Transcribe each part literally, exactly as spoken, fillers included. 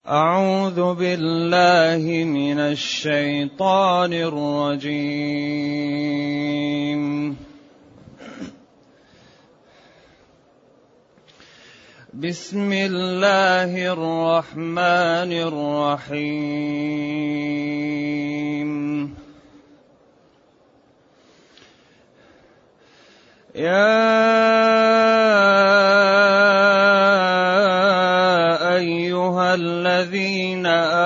أعوذ بالله من الشيطان الرجيم. بسم الله الرحمن الرحيم. يا أيها الذين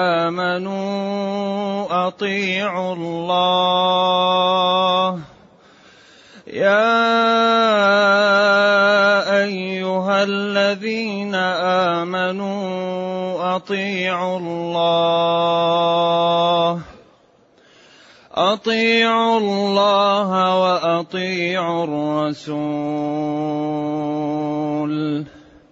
آمنوا أطيعوا الله يا أيها الذين آمنوا أطيعوا الله أطيعوا الله وأطيعوا الرسول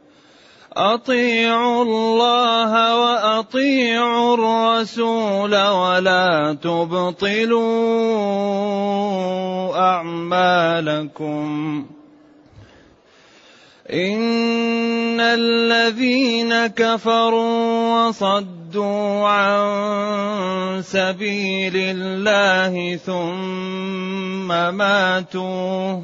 أطيعوا الله وأطيعوا الرسول ولا تبطلوا أعمالكم إن الذين كفروا وصدوا عن سبيل الله ثم ماتوا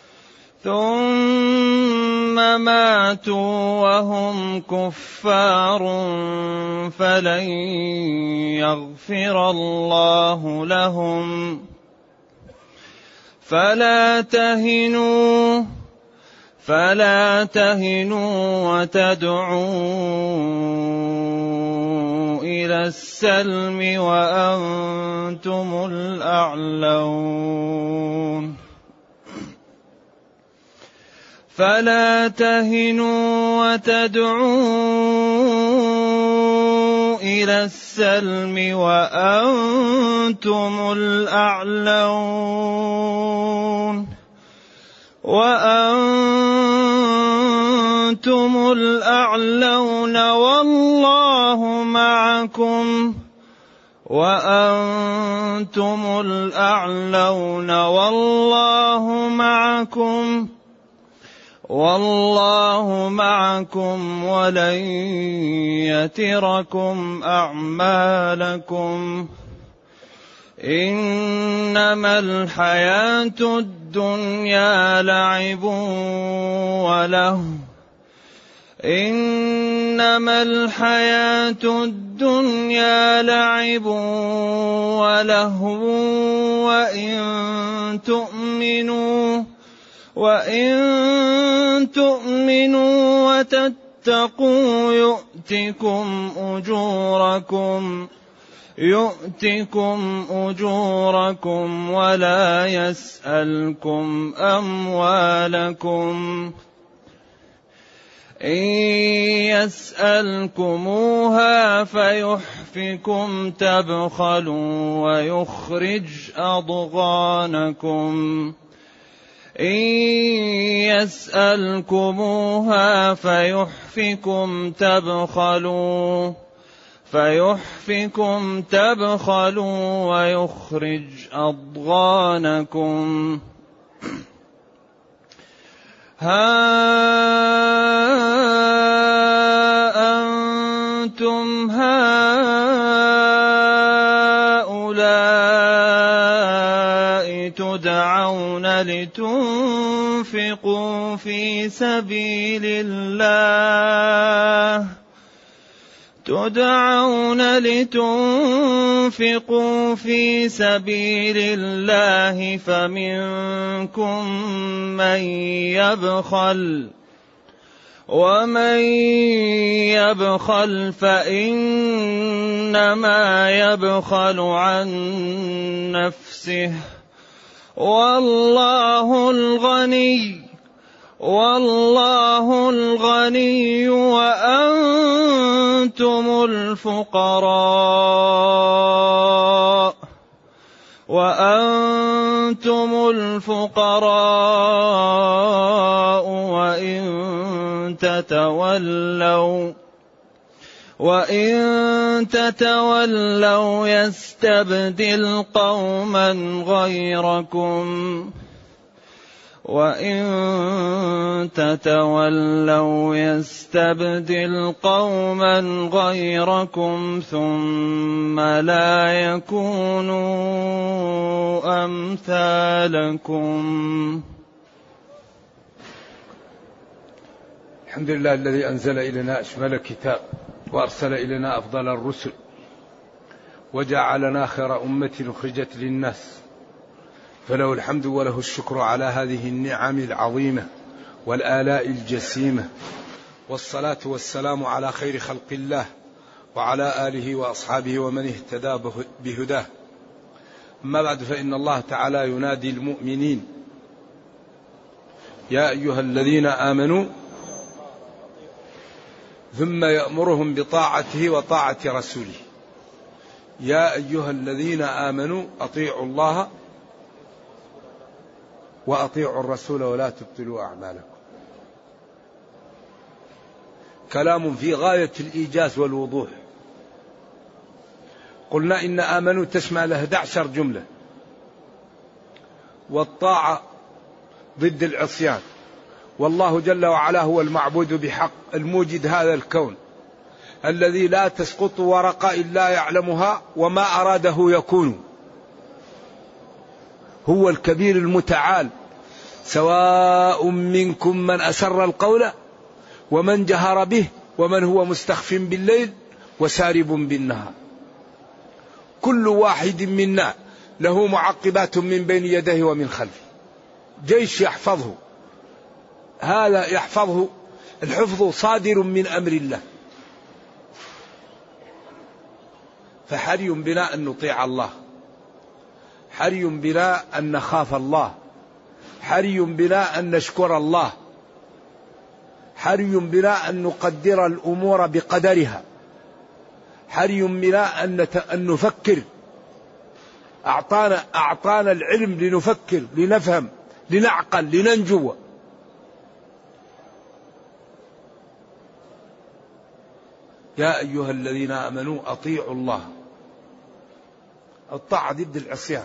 ثم ماتوا وهم كفار فلن يغفر الله لهم فلا تهنوا فلا تهنوا وتدعوا إلى السلم وأنتم الأعلون فلا تهنوا وتدعوا إلى السلم وأنتم الأعلون وأنتم الأعلون والله معكم وأنتم الأعلون والله معكم والله معكم ولن يتركم أعمالكم إنما الحياة الدنيا لعب وله إنما الحياة الدنيا لعب ولهو وإن تؤمنوا وإن تؤمنوا وتتقوا يؤتكم أجوركم يؤتكم أجوركم ولا يسألكم أموالكم إن يسألكموها فيحفكم تبخلوا ويخرج أضغانكم إن يسألكموها فيحفكم تبخلوا فيحفكم تبخلوا ويخرج أضغانكم ها أنتم هؤلاء تدعون لتنفقوا في سبيل الله تدعون لتنفقوا في سبيل الله فمنكم من يبخل ومن يبخل فإنما يبخل عن نفسه والله الغني والله الغني وأنتم الفقراء وأنتم الفقراء وإن تتولوا وإن تتولوا يستبدل قوما غيركم وإن تتولوا يستبدل قوما غيركم ثم لا يكونوا أمثالكم. الحمد لله الذي أنزل إلينا أشمل كتاب وأرسل إلينا أفضل الرسل وجعلنا خير أمة أخرجت للناس، فله الحمد وله الشكر على هذه النعم العظيمة والآلاء الجسيمة، والصلاة والسلام على خير خلق الله وعلى آله وأصحابه ومن اهتدى بهداه. أما بعد، فإن الله تعالى ينادي المؤمنين: يا أيها الذين آمنوا، ثم يأمرهم بطاعته وطاعة رسوله. يا أيها الذين آمنوا أطيعوا الله وأطيعوا الرسول ولا تبطلوا أعمالكم. كلام في غاية الإيجاز والوضوح. قلنا إن آمنوا تشمل إحدى عشرة جملة، والطاعة ضد العصيان، والله جل وعلا هو المعبود بحق الموجد هذا الكون الذي لا تسقط ورقة إلا يعلمها وما أراده يكون. هو الكبير المتعال، سواء منكم من أسر القول ومن جهر به ومن هو مستخف بالليل وسارب بالنهار. كل واحد منا له معقبات من بين يديه ومن خلفه، جيش يحفظه. هذا يحفظه، الحفظ صادر من أمر الله. فحري بنا أن نطيع الله، حري بنا أن نخاف الله، حري بنا أن نشكر الله، حري بنا أن نقدر الأمور بقدرها، حري بنا أن أن نفكر. أعطانا أعطانا العلم لنفكر، لنفهم، لنعقل، لننجو. يا أيها الذين آمنوا أطيعوا الله. الطاعة ضد العصيان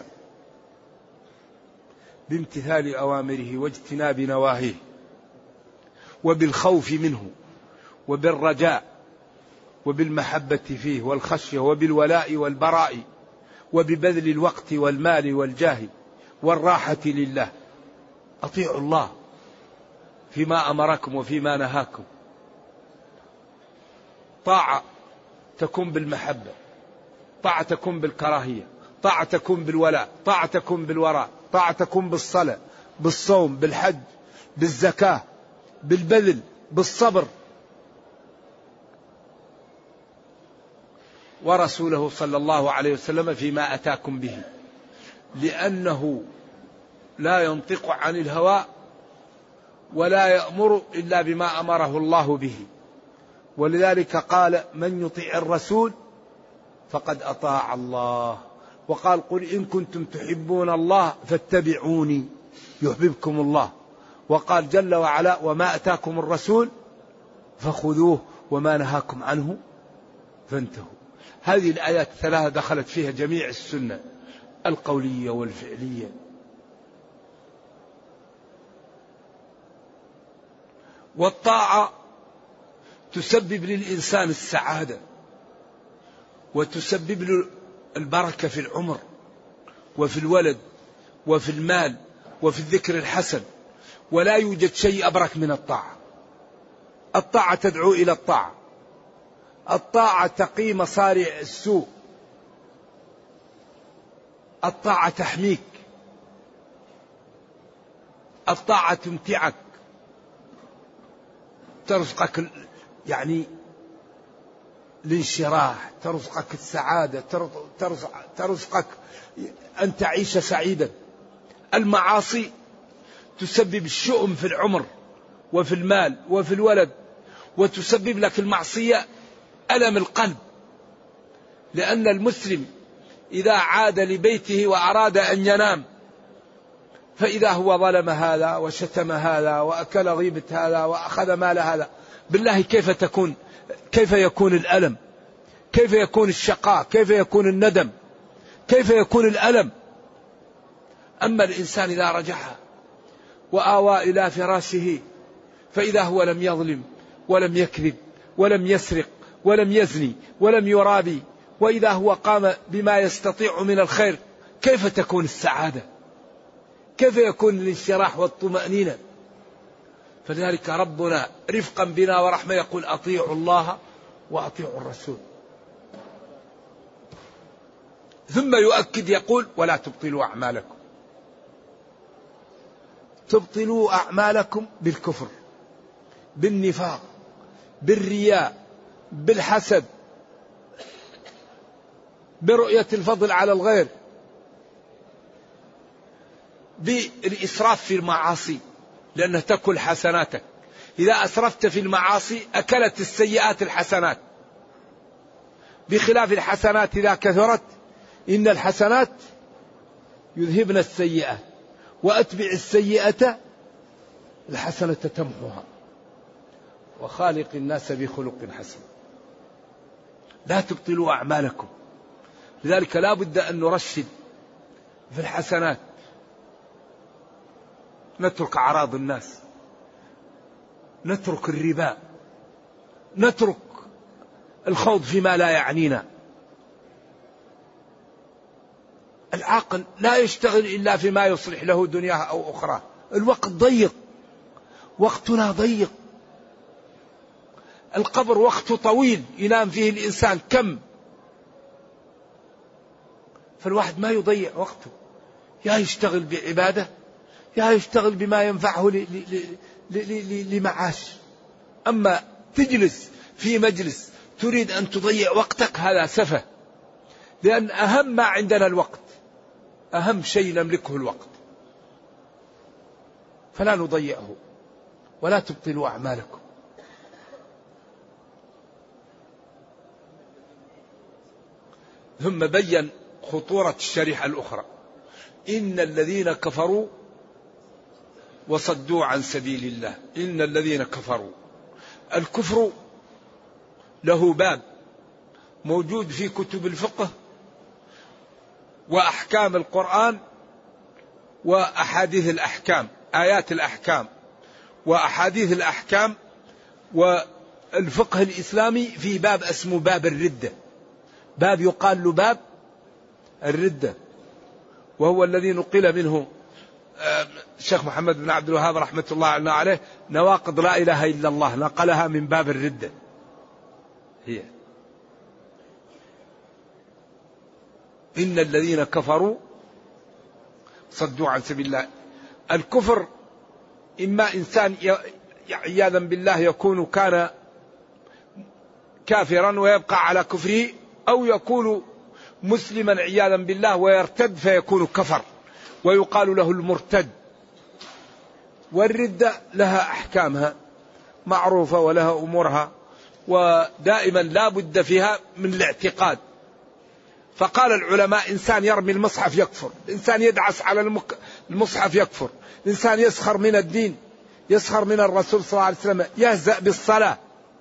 بامتثال أوامره واجتناب نواهيه، وبالخوف منه وبالرجاء وبالمحبة فيه والخشية وبالولاء والبراء وببذل الوقت والمال والجاه والراحة لله. أطيعوا الله فيما أمركم وفيما نهاكم. طاعة تكون بالمحبة، طاعة تكون بالكراهية، طاعة تكون بالولاء، طاعة تكون بالوراء، طاعة تكون بالصلاة، بالصوم، بالحج، بالزكاة، بالبذل، بالصبر. ورسوله صلى الله عليه وسلم فيما أتاكم به، لأنه لا ينطق عن الهوى ولا يأمر إلا بما أمره الله به. ولذلك قال: من يطيع الرسول فقد أطاع الله. وقال: قل إن كنتم تحبون الله فاتبعوني يحببكم الله. وقال جل وعلا: وما أتاكم الرسول فخذوه وما نهاكم عنه فانتهوا. هذه الآيات الثلاثة دخلت فيها جميع السنة القولية والفعلية. والطاعة تسبب للإنسان السعادة، وتسبب له البركة في العمر وفي الولد وفي المال وفي الذكر الحسن. ولا يوجد شيء أبرك من الطاعة. الطاعة تدعو إلى الطاعة، الطاعة تقي مصارع السوء، الطاعة تحميك، الطاعة تمتعك، ترزقك يعني الانشراح، ترزقك السعادة، ترزقك أن تعيش سعيدا. المعاصي تسبب الشؤم في العمر وفي المال وفي الولد، وتسبب لك المعصية ألم القلب. لأن المسلم إذا عاد لبيته وأراد أن ينام، فإذا هو ظلم هذا وشتم هذا وأكل غيبة هذا وأخذ مال هذا، بالله كيف تكون كيف يكون الألم، كيف يكون الشقاء، كيف يكون الندم، كيف يكون الألم. أما الإنسان إذا رجع وآوى إلى فراشه فإذا هو لم يظلم ولم يكذب ولم يسرق ولم يزني ولم يرابي، وإذا هو قام بما يستطيع من الخير، كيف تكون السعادة؟ كيف يكون الانشراح والطمأنينة؟ فلذلك ربنا رفقا بنا ورحمة يقول أطيعوا الله وأطيعوا الرسول. ثم يؤكد يقول ولا تبطلوا أعمالكم. تبطلوا أعمالكم بالكفر، بالنفاق، بالرياء، بالحسد، برؤية الفضل على الغير، بالإسراف في المعاصي، لأنها تأكل حسناتك. إذا أسرفت في المعاصي أكلت السيئات الحسنات، بخلاف الحسنات إذا كثرت إن الحسنات يذهبن السيئة، وأتبع السيئة الحسنة تمحوها، وخالق الناس بخلق حسن. لا تبطلوا أعمالكم. لذلك لا بد أن نرشد في الحسنات، نترك أعراض الناس، نترك الربا، نترك الخوض فيما لا يعنينا. العاقل لا يشتغل إلا فيما يصلح له دنياه أو أخرى. الوقت ضيق، وقتنا ضيق. القبر وقته طويل ينام فيه الإنسان كم، فالواحد ما يضيع وقته، يا يشتغل بعبادة يا يشتغل بما ينفعه لمعاش. أما تجلس في مجلس تريد أن تضيع وقتك هذا سفه، لأن أهم ما عندنا الوقت، أهم شيء نملكه الوقت، فلا نضيعه. ولا تبطلوا أعمالكم. ثم بين خطورة الشريحة الأخرى، إن الذين كفروا وصدوا عن سبيل الله. إن الذين كفروا، الكفر له باب موجود في كتب الفقه وأحكام القرآن وأحاديث الأحكام، آيات الأحكام وأحاديث الأحكام والفقه الإسلامي، في باب اسمه باب الردة، باب يقال له باب الردة، وهو الذي نقل منه الشيخ محمد بن عبد الوهاب رحمة الله عليه نواقض لا إله إلا الله، نقلها من باب الردة. هي إن الذين كفروا صدوا عن سبيل الله. الكفر إما إنسان عياذا بالله يكون كان كافرا ويبقى على كفره، أو يكون مسلما عياذا بالله ويرتد فيكون كفر، ويقال له المرتد. والردة لها أحكامها معروفة ولها أمورها، ودائما لا بد فيها من الاعتقاد. فقال العلماء إنسان يرمي المصحف يكفر، إنسان يدعس على المصحف يكفر، إنسان يسخر من الدين، يسخر من الرسول صلى الله عليه وسلم، يهزأ بالصلاة،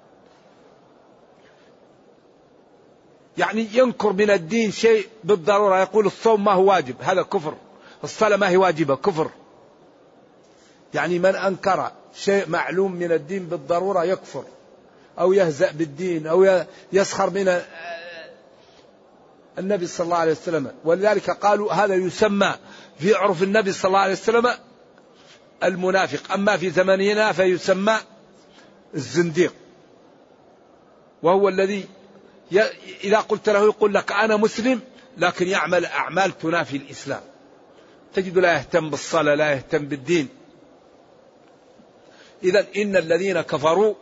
يعني ينكر من الدين شيء بالضرورة، يقول الصوم ما هو واجب، هذا كفر، الصلاة ما هي واجبة، كفر. يعني من أنكر شيء معلوم من الدين بالضرورة يكفر، أو يهزأ بالدين، أو يسخر من النبي صلى الله عليه وسلم. ولذلك قالوا هذا يسمى في عرف النبي صلى الله عليه وسلم المنافق، أما في زماننا فيسمى الزنديق، وهو الذي إذا قلت له يقول لك أنا مسلم لكن يعمل أعمال تنافي الإسلام، تجد لا يهتم بالصلاة، لا يهتم بالدين. إذن إن الذين كفروا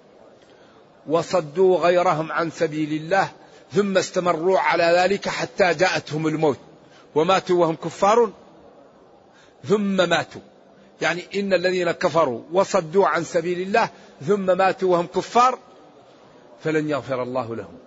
وصدوا غيرهم عن سبيل الله ثم استمروا على ذلك حتى جاءتهم الموت وماتوا وهم كفار ثم ماتوا. يعني إن الذين كفروا وصدوا عن سبيل الله ثم ماتوا وهم كفار فلن يغفر الله لهم.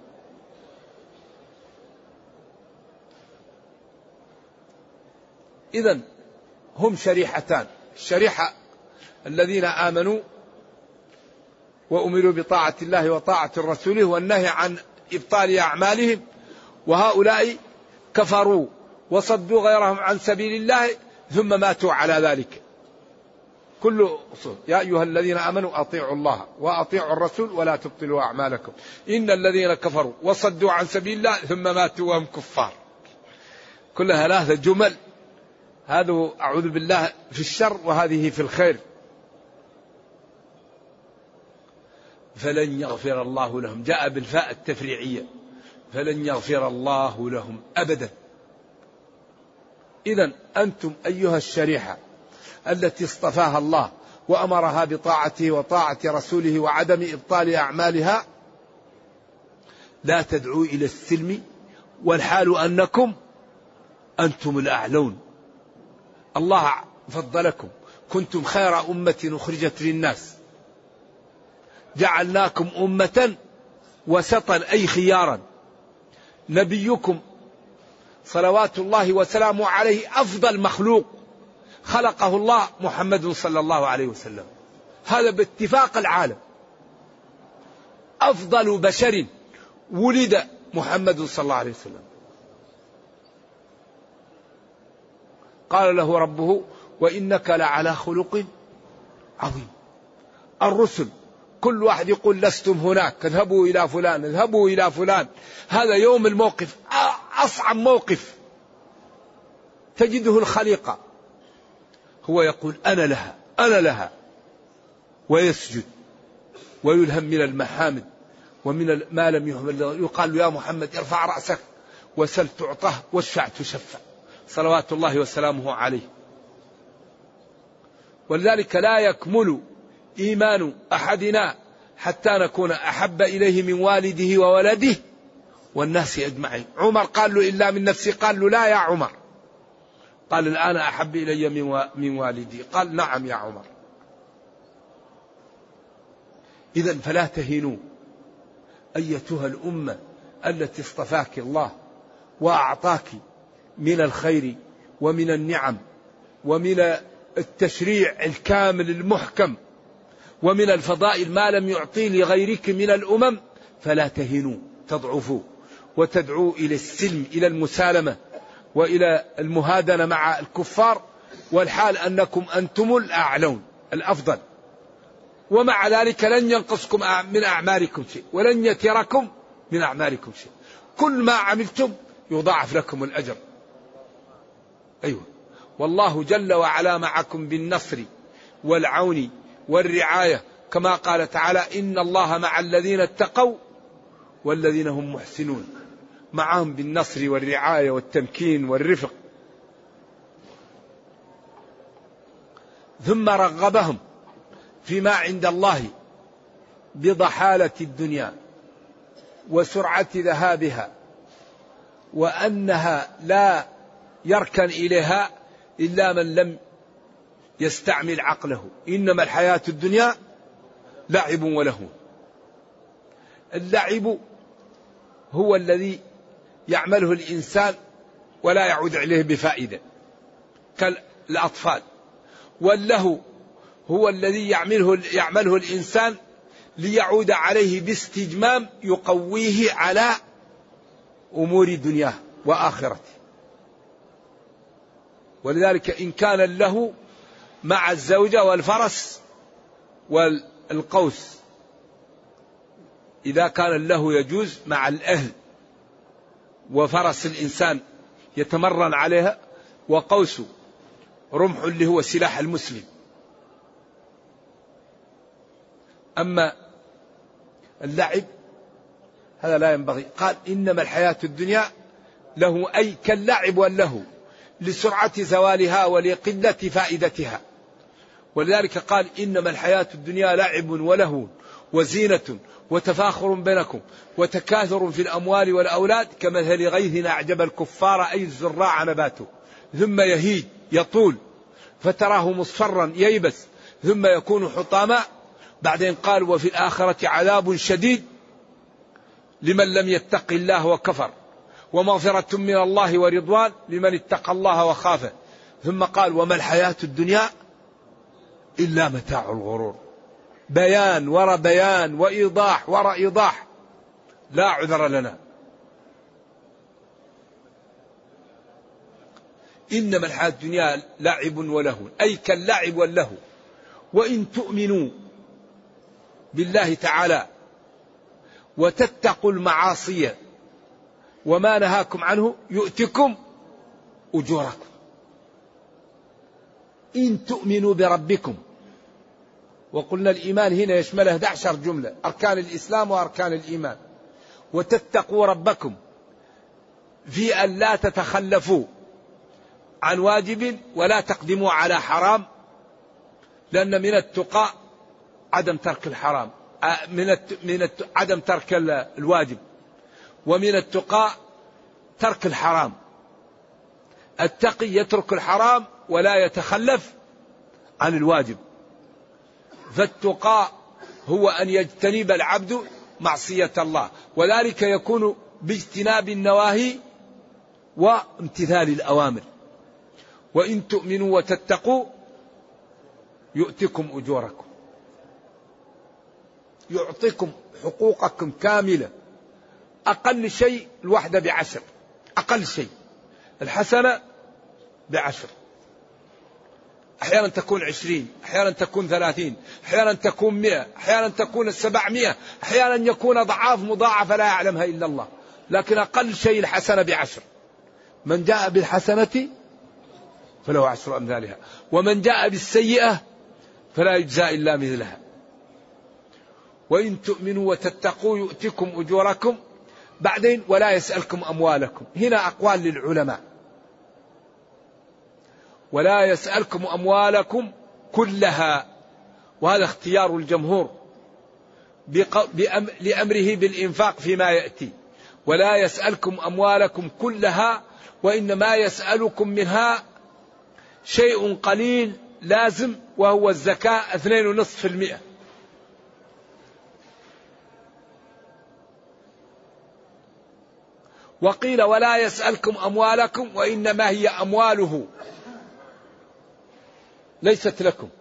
إذن هم شريحتان، الشريحة الذين آمنوا وأمروا بطاعة الله وطاعة رسوله والنهي عن إبطال أعمالهم، وهؤلاء كفروا وصدوا غيرهم عن سبيل الله ثم ماتوا على ذلك. كل يا أيها الذين آمنوا أطيعوا الله وأطيعوا الرسول ولا تبطلوا أعمالكم إن الذين كفروا وصدوا عن سبيل الله ثم ماتوا وهم كفار. كلها ثلاثة جمل، هذا أعوذ بالله في الشر وهذه في الخير. فلن يغفر الله لهم، جاء بالفاء التفريعية، فلن يغفر الله لهم أبدا. إذن أنتم أيها الشريحة التي اصطفاها الله وأمرها بطاعته وطاعة رسوله وعدم إبطال أعمالها، لا تدعوا إلى السلم والحال أنكم أنتم الأعلون. الله فضلكم، كنتم خير أمة أخرجت للناس، جعلناكم أمة وسطا أي خيارا. نبيكم صلوات الله وسلامه عليه أفضل مخلوق خلقه الله محمد صلى الله عليه وسلم، هذا باتفاق العالم. أفضل بشر ولد محمد صلى الله عليه وسلم. قال له ربه وإنك لعلى خلق عظيم. الرسل كل واحد يقول لستم هناك، اذهبوا إلى فلان، اذهبوا إلى فلان. هذا يوم الموقف أصعب موقف تجده الخليقة، هو يقول أنا لها أنا لها، ويسجد ويلهم من المحامد ومن ما لم يحمد. يقال له يا محمد ارفع رأسك وسل تعطه واشفع تشفع، صلوات الله وسلامه عليه. ولذلك لا يكمل إيمان أحدنا حتى نكون أحب إليه من والده وولده والناس أجمعين. عمر قال له إلا من نفسي، قال له لا يا عمر، قال الآن أحب إلي من والدي، قال نعم يا عمر. إذن فلا تهينوا أيتها الأمة التي اصطفاك الله وأعطاك من الخير ومن النعم ومن التشريع الكامل المحكم ومن الفضائل ما لم يعطي لغيرك من الأمم، فلا تهنوا تضعفوا وتدعوا إلى السلم، إلى المسالمة وإلى المهادنة مع الكفار، والحال أنكم أنتم الأعلون الأفضل. ومع ذلك لن ينقصكم من أعمالكم شيء ولن يتركم من أعمالكم شيء، كل ما عملتم يضاعف لكم الأجر. أيوة، والله جل وعلا معكم بالنصر والعون والرعاية، كما قال تعالى إن الله مع الذين اتقوا والذين هم محسنون، معهم بالنصر والرعاية والتمكين والرفق. ثم رغبهم فيما عند الله بضحالة الدنيا وسرعة ذهابها، وأنها لا يركن إليها إلا من لم يستعمل عقله. إنما الحياة الدنيا لعب ولهو. اللعب هو الذي يعمله الإنسان ولا يعود عليه بفائدة كالأطفال، واللهو هو الذي يعمله, يعمله الإنسان ليعود عليه باستجمام يقويه على أمور دنياه وآخرته. ولذلك إن كان اللهو مع الزوجة والفرس والقوس، إذا كان اللهو يجوز مع الأهل وفرس الإنسان يتمرن عليها، وقوس رمح اللي هو سلاح المسلم. أما اللعب هذا لا ينبغي. قال إنما الحياة الدنيا له، أي كاللعب واللهو لسرعة زوالها ولقلة فائدتها. ولذلك قال إنما الحياة الدنيا لعب ولهو وزينة وتفاخر بينكم وتكاثر في الأموال والأولاد كمثل غيث أعجب الكفار أي الزراع نباته ثم يهيج يطول فتراه مصفرا ييبس ثم يكون حطاما. بعدين قال وفي الآخرة عذاب شديد لمن لم يتق الله وكفر ومغفرة من الله ورضوان لمن اتقى الله وخافه. ثم قال وما الحياة الدنيا إلا متاع الغرور. بيان وراء بيان وإيضاح وراء إيضاح، لا عذر لنا. إنما الحياة الدنيا لعب ولهو، أي كاللعب واللهو وإن تؤمنوا بالله تعالى وتتقوا المعاصي وما نهاكم عنه يؤتكم أجوركم. إن تؤمنوا بربكم، وقلنا الإيمان هنا يشمل أحد عشر جملة، أركان الإسلام وأركان الإيمان. وتتقوا ربكم في أن لا تتخلفوا عن واجب ولا تقدموا على حرام، لأن من التقى عدم ترك الحرام، من من عدم ترك الواجب، ومن التقى ترك الحرام. التقي يترك الحرام ولا يتخلف عن الواجب. فالتقى هو أن يجتنب العبد معصية الله، وذلك يكون باجتناب النواهي وامتثال الأوامر. وإن تؤمنوا وتتقوا يؤتكم أجوركم، يعطيكم حقوقكم كاملة. أقل شيء الوحدة بعشر، أقل شيء الحسنة بعشر، أحيانا تكون عشرين، أحيانا تكون ثلاثين، أحيانا تكون مئة، أحيانا تكون سبعمائة، أحيانا يكون أضعاف مضاعفة لا يعلمها إلا الله، لكن أقل شيء الحسنة بعشر. من جاء بالحسنة فله عشر أمثالها، ومن جاء بالسيئة فلا يجزى إلا مثلها. وإن تؤمنوا وتتقوا يؤتكم أجوركم. بعدين ولا يسألكم أموالكم، هنا أقوال للعلماء. ولا يسألكم أموالكم كلها، وهذا اختيار الجمهور لأمره بالإنفاق فيما يأتي. ولا يسألكم أموالكم كلها، وإنما يسألكم منها شيء قليل لازم، وهو الزكاة اثنين ونصف في المئة. وقيل ولا يسألكم أموالكم وإنما هي أمواله ليست لكم.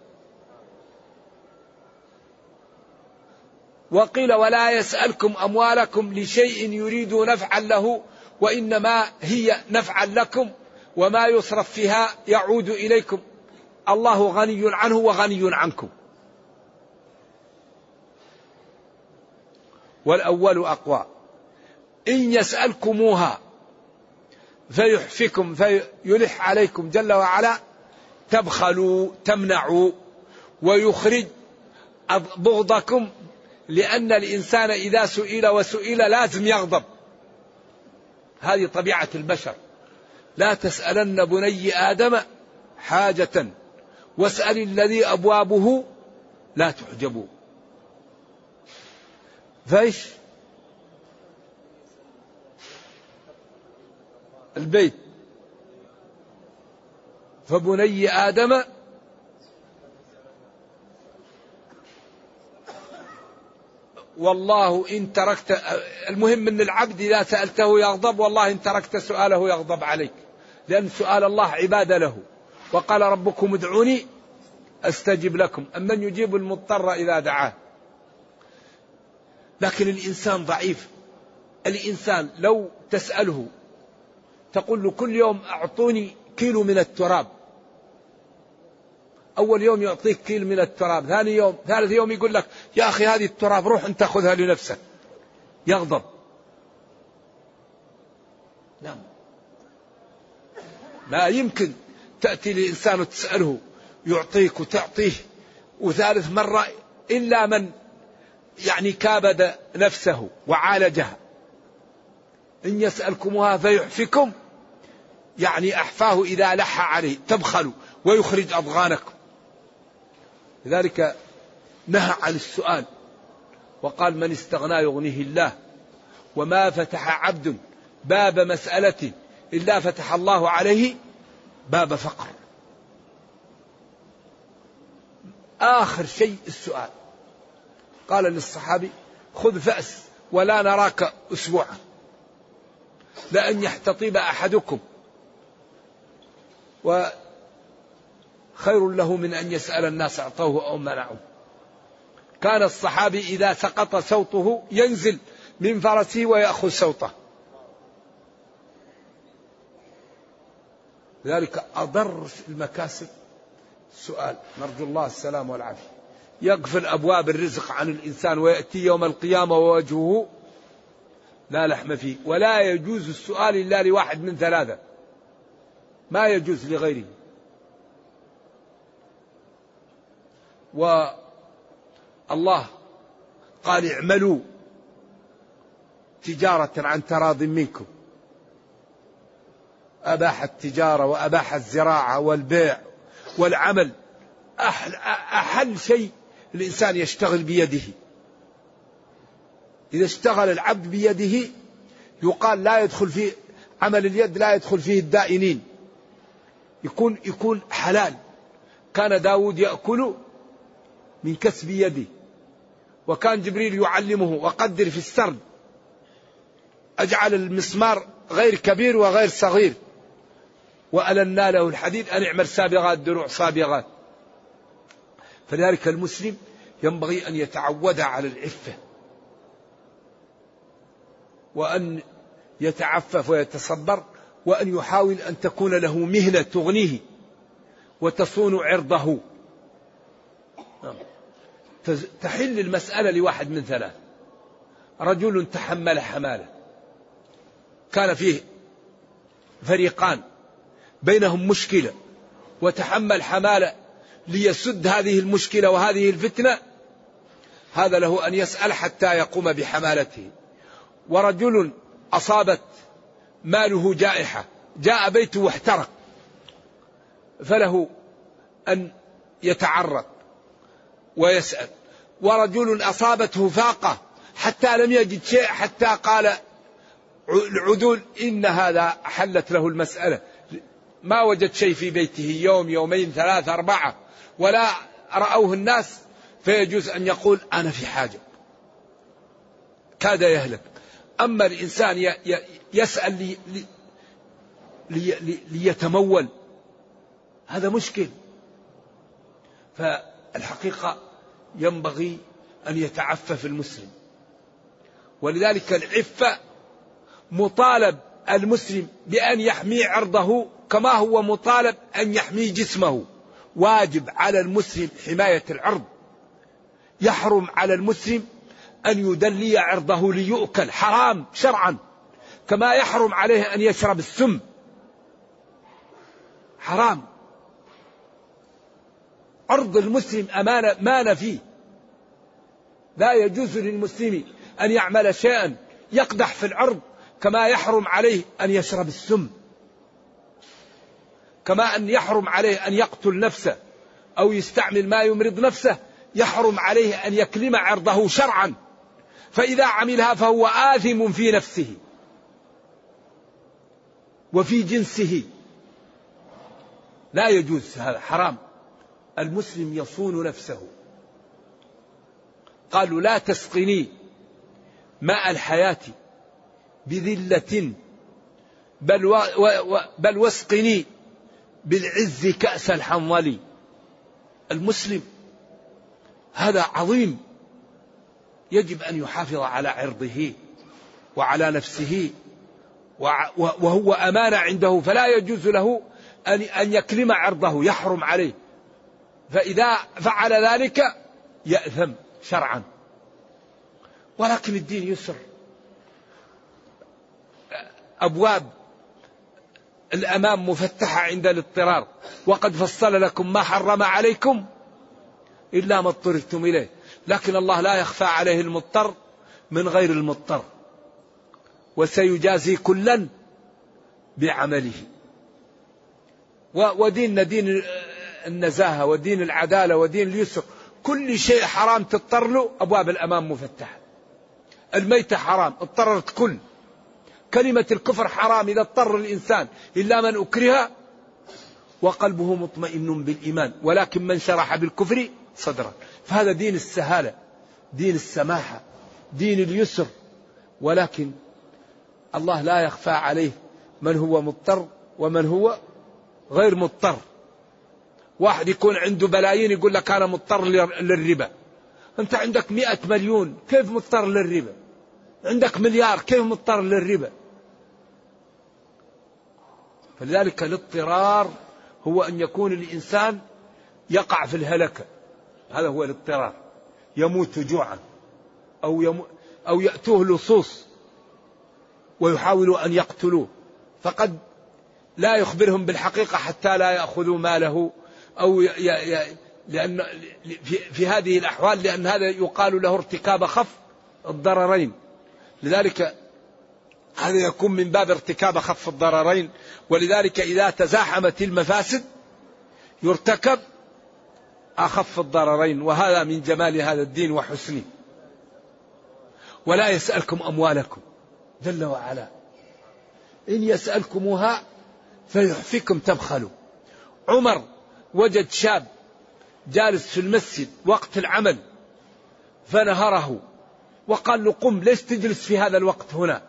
وقيل ولا يسألكم أموالكم لشيء يريد نفعا له، وإنما هي نفعا لكم، وما يصرف فيها يعود إليكم، الله غني عنه وغني عنكم. والأول أقوى. إن يسألكموها فيحفكم فيلح عليكم جل وعلا، تبخلوا تمنعوا ويخرج بغضكم، لأن الإنسان إذا سئل وسئل لازم يغضب، هذه طبيعة البشر. لا تسألن بني آدم حاجة واسأل الذي أبوابه لا تحجبوا. فايش البيت؟ فبني آدم والله إن تركت، المهم أن العبد إذا سألته يغضب، والله إن تركت سؤاله يغضب عليك، لأن سؤال الله عبادة له. وقال ربكم ادعوني أستجب لكم، أمن يجيب المضطر إذا دعاه. لكن الإنسان ضعيف. الإنسان لو تسأله تقول له كل يوم أعطوني كيلو من التراب، أول يوم يعطيك كيلو من التراب، ثاني يوم ثالث يوم يقول لك يا أخي هذه التراب روح أنت خذها لنفسك، يغضب. نعم، لا يمكن تأتي لإنسان وتسأله يعطيك وتعطيه، وثالث مرة إلا من يعني كابد نفسه وعالجها. إن يسألكمها فيحفكم، يعني أحفاه إذا لح عليه، تبخلوا ويخرج أضغانكم. لذلك نهى عن السؤال، وقال من استغنى يغنيه الله. وما فتح عبد باب مسألة إلا فتح الله عليه باب فقر. آخر شيء السؤال. قال للصحابي خذ فأس ولا نراك أسبوعا، لأن يحتطب أحدكم وخير له من أن يسأل الناس أعطوه أو منعوه. كان الصحابي إذا سقط صوته ينزل من فرسه ويأخذ صوته. ذلك أضر المكاسب السؤال نرجو الله السلام والعافية. يقفل أبواب الرزق عن الإنسان ويأتي يوم القيامة ووجهه لا لحم فيه، ولا يجوز السؤال إلا لواحد من ثلاثة، ما يجوز لغيره. والله قال اعملوا تجارة عن تراض منكم، أباح التجارة وأباح الزراعة والبيع والعمل. أحل, أحل شيء الإنسان يشتغل بيده. إذا اشتغل العبد بيده يقال لا يدخل فيه عمل اليد، لا يدخل فيه الدائنين، يكون يكون حلال. كان داود يأكل من كسب يده، وكان جبريل يعلمه وقدر في السرد، أجعل المسمار غير كبير وغير صغير، وألنا له الحديد أن اعمل سابغات دروع صابغات. فلذلك المسلم ينبغي أن يتعود على العفة، وأن يتعفف ويتصبر، وأن يحاول أن تكون له مهنة تغنيه وتصون عرضه. تحل المسألة لواحد من ثلاث. رجل تحمل حمالة، كان فيه فريقان بينهم مشكلة، وتحمل حمالة ليسد هذه المشكلة وهذه الفتنة، هذا له أن يسأل حتى يقوم بحمالته. ورجل أصابت ماله جائحة، جاء بيته واحترق، فله أن يتعرض ويسأل. ورجل أصابته فاقة حتى لم يجد شيء، حتى قال العدول إن هذا حلت له المسألة، ما وجد شيء في بيته يوم يومين ثلاثة أربعة ولا رأوه الناس، فيجوز أن يقول أنا في حاجة، كاد يهلك. أما الإنسان يسأل لي لي لي ليتمول، هذا مشكل. فالحقيقة ينبغي أن يتعفف المسلم، ولذلك العفة مطالب المسلم بأن يحمي عرضه كما هو مطالب أن يحمي جسمه. واجب على المسلم حماية العرض. يحرم على المسلم أن يدلي عرضه ليؤكل، حرام شرعا، كما يحرم عليه أن يشرب السم، حرام. عرض المسلم أمانة ما فيه، لا يجوز للمسلم أن يعمل شيئا يقدح في العرض، كما يحرم عليه أن يشرب السم، كما أن يحرم عليه أن يقتل نفسه أو يستعمل ما يمرض نفسه، يحرم عليه أن يكلم عرضه شرعا، فإذا عملها فهو آثم في نفسه وفي جنسه، لا يجوز، هذا حرام. المسلم يصون نفسه. قالوا لا تسقني ماء الحياة بذلة، بل, و و بل واسقني بالعز كأس الحنظل. المسلم هذا عظيم، يجب أن يحافظ على عرضه وعلى نفسه، وهو أمانة عنده، فلا يجوز له أن يكلم عرضه، يحرم عليه، فإذا فعل ذلك يأثم شرعا. ولكن الدين يسر، أبواب الأمام مفتحة عند الاضطرار، وقد فصل لكم ما حرم عليكم إلا ما اضطررتم إليه. لكن الله لا يخفى عليه المضطر من غير المضطر، وسيجازي كلا بعمله. وديننا دين النزاهة ودين العدالة ودين اليسر، كل شيء حرام تضطر له أبواب الأمام مفتحة. الميتة حرام اضطررت كل، كلمة الكفر حرام إذا اضطر الإنسان إلا من أكره وقلبه مطمئن بالإيمان، ولكن من شرح بالكفر صدرا. فهذا دين السهالة، دين السماحة، دين اليسر. ولكن الله لا يخفى عليه من هو مضطر ومن هو غير مضطر. واحد يكون عنده بلايين يقول لك أنا مضطر للربا، أنت عندك مئة مليون كيف مضطر للربا؟ عندك مليار كيف مضطر للربا؟ فلذلك الاضطرار هو أن يكون الإنسان يقع في الهلكة، هذا هو الاضطرار، يموت جوعا أو, يمو أو يأتوه لصوص ويحاولوا أن يقتلوه، فقد لا يخبرهم بالحقيقة حتى لا يأخذوا ماله أو ي... ي... لأن في... في هذه الأحوال، لأن هذا يقال له ارتكاب خف الضررين، لذلك هذا يكون من باب ارتكاب خف الضررين. ولذلك إذا تزاحمت المفاسد يرتكب أخف الضررين، وهذا من جمال هذا الدين وحسنه. ولا يسألكم أموالكم جل وعلا، إن يسألكموها فيحفكم تبخلوا. عمر وجد شاب جالس في المسجد وقت العمل فنهره وقال له قم، ليش تجلس في هذا الوقت هنا؟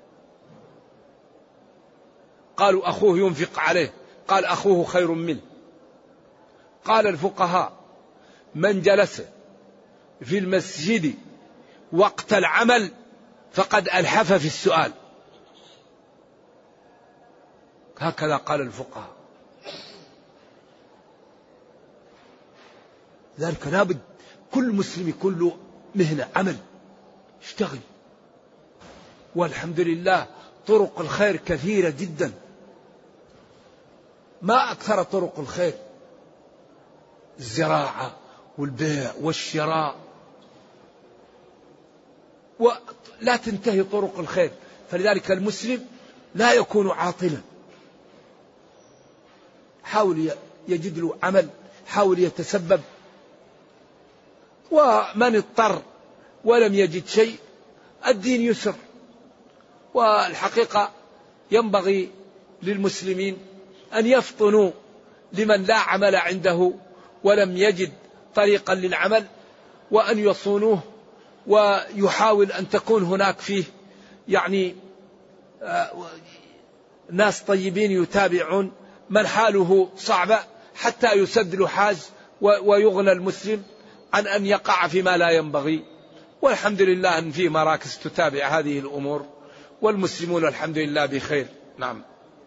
قالوا أخوه ينفق عليه، قال أخوه خير منه. قال الفقهاء من جلس في المسجد وقت العمل فقد ألحف في السؤال، هكذا قال الفقهاء. ذلك لابد كل مسلم يكون له مهنة عمل اشتغل. والحمد لله طرق الخير كثيرة جدا، ما أكثر طرق الخير، الزراعة والبيع والشراء، ولا تنتهي طرق الخير. فلذلك المسلم لا يكون عاطلا، حاول يجد له عمل، حاول يتسبب. ومن اضطر ولم يجد شيء الدين يسر. والحقيقة ينبغي للمسلمين أن يفطنوا لمن لا عمل عنده ولم يجد طريقا للعمل، وأن يصونوه، ويحاول أن تكون هناك فيه يعني ناس طيبين يتابعون من حاله صعبة حتى يسد له حاج ويغنى المسلم عن أن يقع فيما لا ينبغي. والحمد لله أن في مراكز تتابع هذه الأمور، والمسلمون الحمد لله بخير. نعم.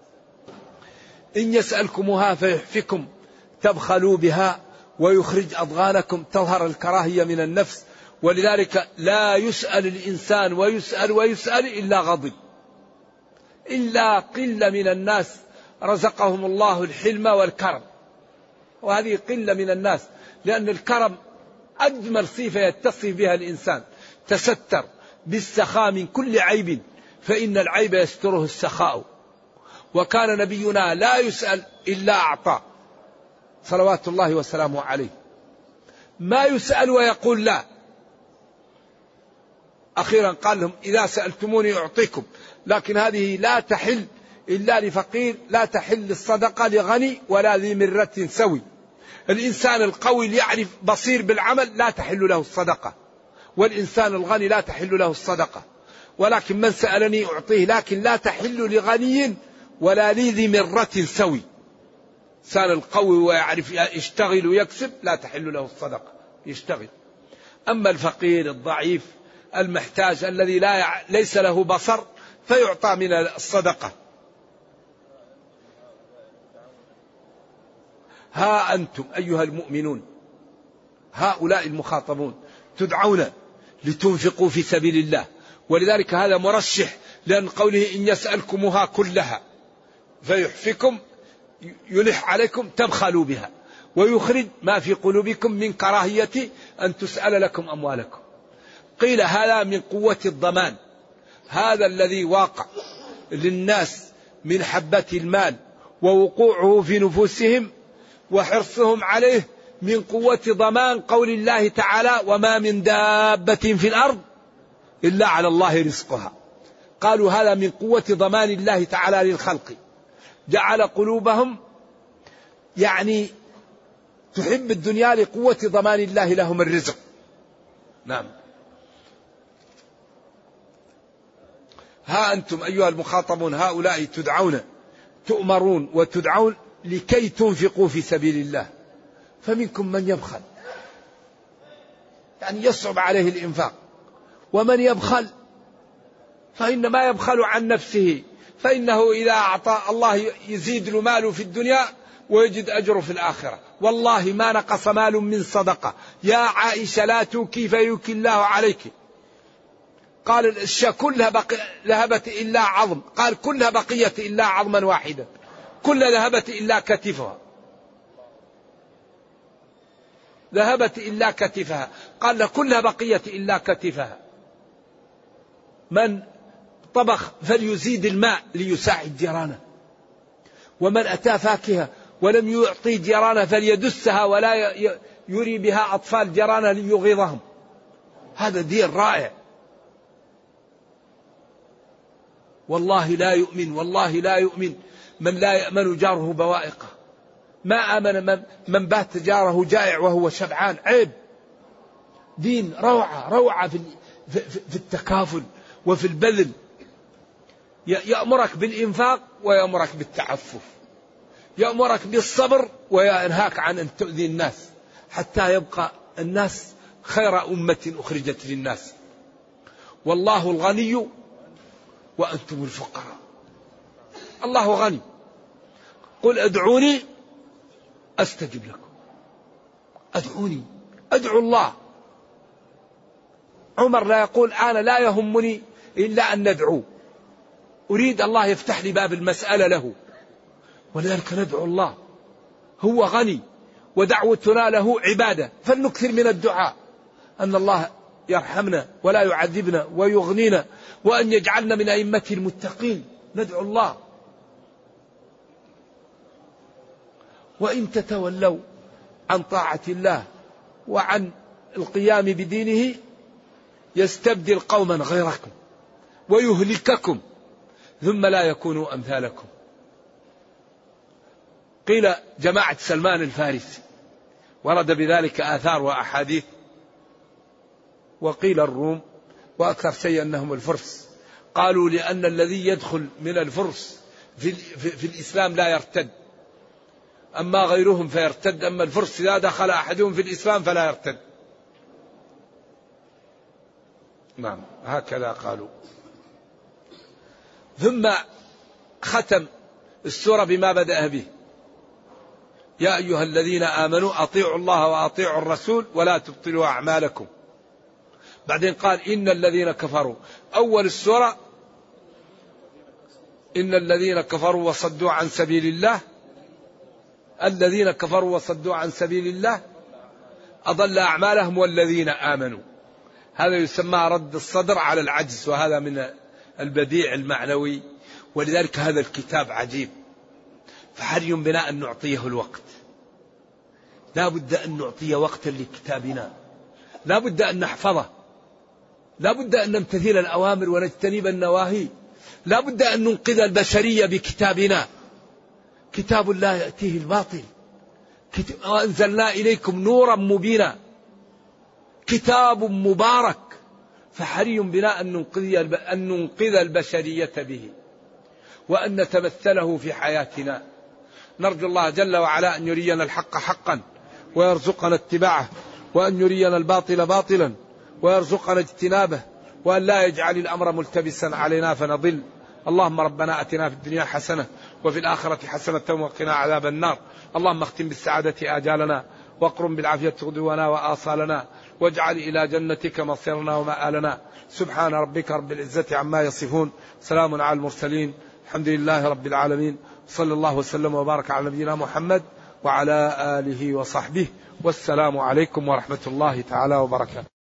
إن يسألكموها فيحفكم تبخلوا بها ويخرج أضغانكم، تظهر الكراهية من النفس. ولذلك لا يسأل الإنسان ويسأل ويسأل إلا غضب، إلا قلة من الناس رزقهم الله الحلم والكرم، وهذه قلة من الناس، لأن الكرم أجمل صفة يتصف بها الإنسان. تستر بالسخاء من كل عيب فإن العيب يستره السخاء. وكان نبينا لا يسأل إلا أعطى صلوات الله وسلامه عليه، ما يسأل ويقول لا. أخيرا قال لهم إذا سألتموني أعطيكم، لكن هذه لا تحل إلا لفقير، لا تحل الصدقة لغني ولا ذي مرة سوي. الإنسان القوي اللي يعرف بصير بالعمل لا تحل له الصدقة، والإنسان الغني لا تحل له الصدقة. ولكن من سألني أعطيه، لكن لا تحل لغني ولا لي ذي مرة سوي. الإنسان القوي ويعرف يشتغل ويكسب لا تحل له الصدقة، يشتغل. أما الفقير الضعيف المحتاج الذي لا يع... ليس له بصر فيعطى من الصدقة. ها أنتم أيها المؤمنون، هؤلاء المخاطبون تدعون لتنفقوا في سبيل الله. ولذلك هذا مرشح، لأن قوله إن يسألكمها كلها فيحفكم يلح عليكم تبخلوا بها ويخرج ما في قلوبكم من كراهية أن تسأل لكم أموالكم. قيل هذا من قوة الضمان، هذا الذي واقع للناس من حبة المال ووقوعه في نفوسهم وحرصهم عليه من قوة ضمان قول الله تعالى وما من دابة في الأرض إلا على الله رزقها. قالوا هذا من قوة ضمان الله تعالى للخلق، جعل قلوبهم يعني تحب الدنيا لقوة ضمان الله لهم الرزق. نعم. ها أنتم أيها المخاطبون هؤلاء تدعون تؤمرون وتدعون لكي تنفقوا في سبيل الله، فمنكم من يبخل، يعني يصعب عليه الإنفاق. ومن يبخل فإنما يبخل عن نفسه، فإنه إذا أعطى الله يزيد له ماله في الدنيا ويجد أجره في الآخرة. والله ما نقص مال من صدقة. يا عائشة لا توكي فيوكي الله عليك. قال الشاة كلها بقي ذهبت إلا عظم. قال كلها بقية إلا عظما واحدا. كلها ذهبت إلا كتفها. ذهبت إلا كتفها. قال كلها بقية إلا كتفها. من طبخ فليزيد الماء ليساعد جيرانه. ومن أتى فاكهة ولم يعطي جيرانه فليدسها ولا يري بها أطفال جيرانه ليغيظهم. هذا دين رائع. والله لا يؤمن والله لا يؤمن من لا يأمن جاره بوائقه. ما آمن من, من بات جاره جائع وهو شبعان. عيب. دين روعة روعة في, في, في التكافل وفي البذل. يأمرك بالإنفاق ويأمرك بالتعفف. يأمرك بالصبر وينهاك عن أن تؤذي الناس حتى يبقى الناس خير أمة أخرجت للناس. والله الغني وأنتم الفقراء. الله غني. قل ادعوني أستجب لكم. ادعوني ادعو الله. عمر لا يقول أنا لا يهمني إلا أن ندعو. أريد الله يفتح لي باب المسألة له. ولذلك ندعو الله. هو غني ودعوتنا له عبادة. فلنكثر من الدعاء أن الله يرحمنا ولا يعذبنا ويغنينا وأن يجعلنا من أئمة المتقين. ندعو الله. وإن تتولوا عن طاعة الله وعن القيام بدينه يستبدل قوما غيركم ويهلككم ثم لا يكونوا أمثالكم. قيل جماعة سلمان الفارسي ورد بذلك آثار وأحاديث. وقيل الروم وأكثر شيء أنهم الفرس. قالوا لأن الذي يدخل من الفرس في, في, في الإسلام لا يرتد. أما غيرهم فيرتد. أما الفرس إذا دخل أحدهم في الإسلام فلا يرتد. نعم هكذا قالوا. ثم ختم السورة بما بدأ به. يا أيها الذين آمنوا أطيعوا الله وأطيعوا الرسول ولا تبطلوا أعمالكم. بعدين قال إن الذين كفروا. أول السورة إن الذين كفروا وصدوا عن سبيل الله. الذين كفروا وصدوا عن سبيل الله أضل أعمالهم والذين آمنوا. هذا يسمى رد الصدر على العجز. وهذا من البديع المعنوي. ولذلك هذا الكتاب عجيب. فحري بنا أن نعطيه الوقت. لا بد أن نعطي وقتا لكتابنا. لا بد أن نحفظه. لا بد أن نمتثل الأوامر ونجتنب النواهي. لا بد أن ننقذ البشرية بكتابنا. كتاب لا يأتيه الباطل. وأنزلنا إليكم نورا مبينا. كتاب مبارك. فحري بنا أن ننقذ, أن ننقذ البشرية به وأن نتمثله في حياتنا. نرجو الله جل وعلا أن يرينا الحق حقا ويرزقنا اتباعه وأن يرينا الباطل باطلا ويرزقنا اجتنابه وأن لا يجعل الأمر ملتبسا علينا فنضل. اللهم ربنا أتنا في الدنيا حسنة وفي الآخرة حسنة وقنا عذاب النار. اللهم اختم بالسعادة آجالنا واقرم بالعافية غدونا وآصالنا واجعل إلى جنتك مصيرنا ومآلنا. سبحان ربك رب العزة عما يصفون. سلام على المرسلين. الحمد لله رب العالمين. صلى الله وسلم وبارك على نبينا محمد وعلى آله وصحبه. والسلام عليكم ورحمة الله تعالى وبركاته.